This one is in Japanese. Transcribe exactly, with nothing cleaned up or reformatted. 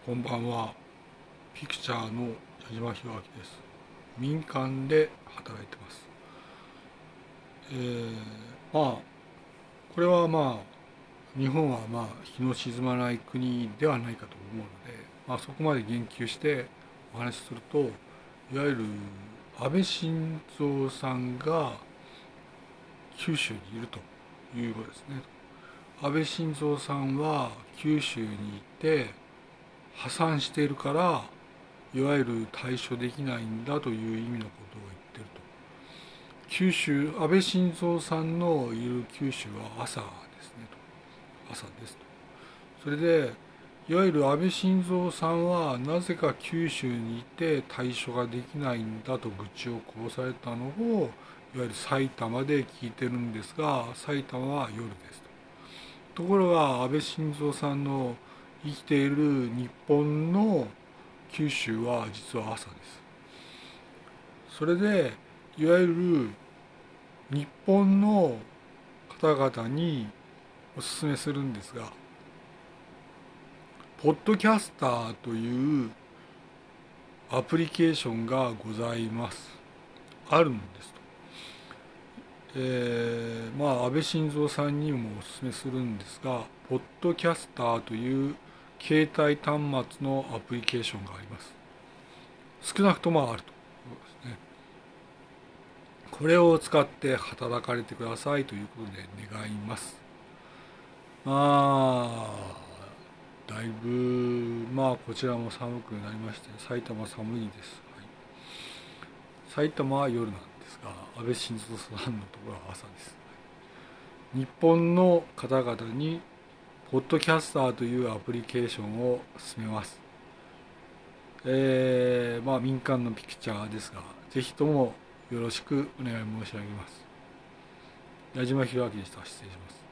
こんばんは。ピクチャーの矢島弘明です。民間で働いてます。えー、まあこれはまあ日本はまあ日の沈まない国ではないかと思うので、まあ、そこまで言及してお話しすると、いわゆる安倍晋三さんが九州にいるということですね。安倍晋三さんは九州にいて破産しているから、いわゆる対処できないんだという意味のことを言ってると。九州、安倍晋三さんのいる九州は朝ですねと。朝ですと。それで、いわゆる安倍晋三さんはなぜか九州にいて対処ができないんだと愚痴をこぼされたのを、いわゆる埼玉で聞いてるんですが、埼玉は夜ですと。ところが安倍晋三さんの生きている日本の九州は実は朝です。それでいわゆる日本の方々にお勧めするんですが、ポッドキャスターというアプリケーションがございます。あるんですと。えー、まあ安倍晋三さんにもお勧めするんですが、ポッドキャスターという携帯端末のアプリケーションがあります。少なくともあると。これを使って働かれてくださいということで願います。まあ、だいぶ、まあこちらも寒くなりまして、埼玉寒いです。はい、埼玉は夜なんですが、安倍晋三さんのところは朝です。日本の方々に、ポッドキャスターというアプリケーションを進めます。えー、まあ民間のピクチャーですが、ぜひともよろしくお願い申し上げます。矢島弘明でした。失礼します。